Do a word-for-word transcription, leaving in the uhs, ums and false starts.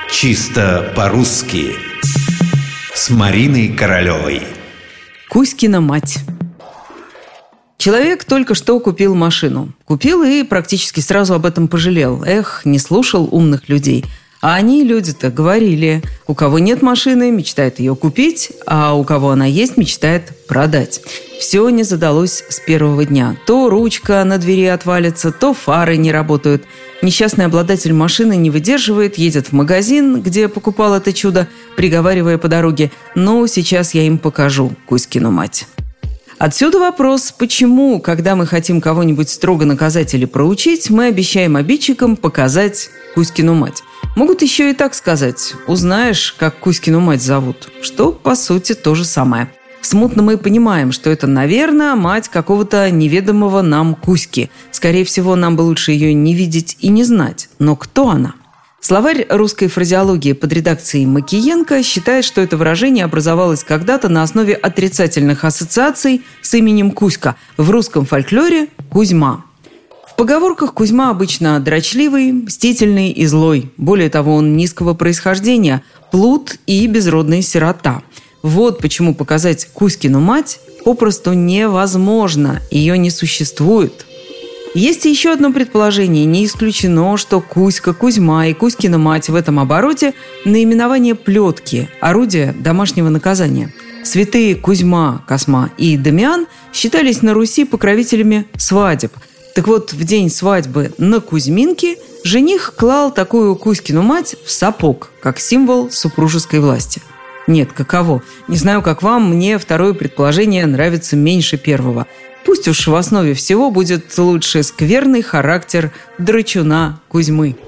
Чисто по-русски с Мариной Королевой. Кузькина мать. Человек только что купил машину. Купил и практически сразу об этом пожалел. Эх, не слушал умных людей. А они, люди-то, говорили: у кого нет машины, мечтает ее купить, а у кого она есть, мечтает продать. Все не задалось с первого дня. То ручка на двери отвалится, то фары не работают. Несчастный обладатель машины не выдерживает, едет в магазин, где покупал это чудо, приговаривая по дороге: «Ну, сейчас я им покажу Кузькину мать». Отсюда вопрос, почему, когда мы хотим кого-нибудь строго наказать или проучить, мы обещаем обидчикам показать Кузькину мать. Могут еще и так сказать: узнаешь, как Кузькину мать зовут, что, по сути, то же самое. Смутно мы понимаем, что это, наверное, мать какого-то неведомого нам Кузьки. Скорее всего, нам бы лучше ее не видеть и не знать. Но кто она? Словарь русской фразеологии под редакцией Макиенко считает, что это выражение образовалось когда-то на основе отрицательных ассоциаций с именем Кузька. В русском фольклоре – Кузьма. В поговорках Кузьма обычно дрочливый, мстительный и злой. Более того, он низкого происхождения, плут и безродный сирота. Вот почему показать Кузькину мать попросту невозможно, ее не существует. Есть и еще одно предположение. Не исключено, что Кузька, Кузьма и Кузькина мать в этом обороте – наименование плетки, орудия домашнего наказания. Святые Кузьма, Косма и Дамиан считались на Руси покровителями свадеб. Так вот, в день свадьбы на Кузьминке жених клал такую Кузькину мать в сапог, как символ супружеской власти. Нет, каково. Не знаю, как вам, мне второе предположение нравится меньше первого. Пусть уж в основе всего будет лучше скверный характер драчуна Кузьмы.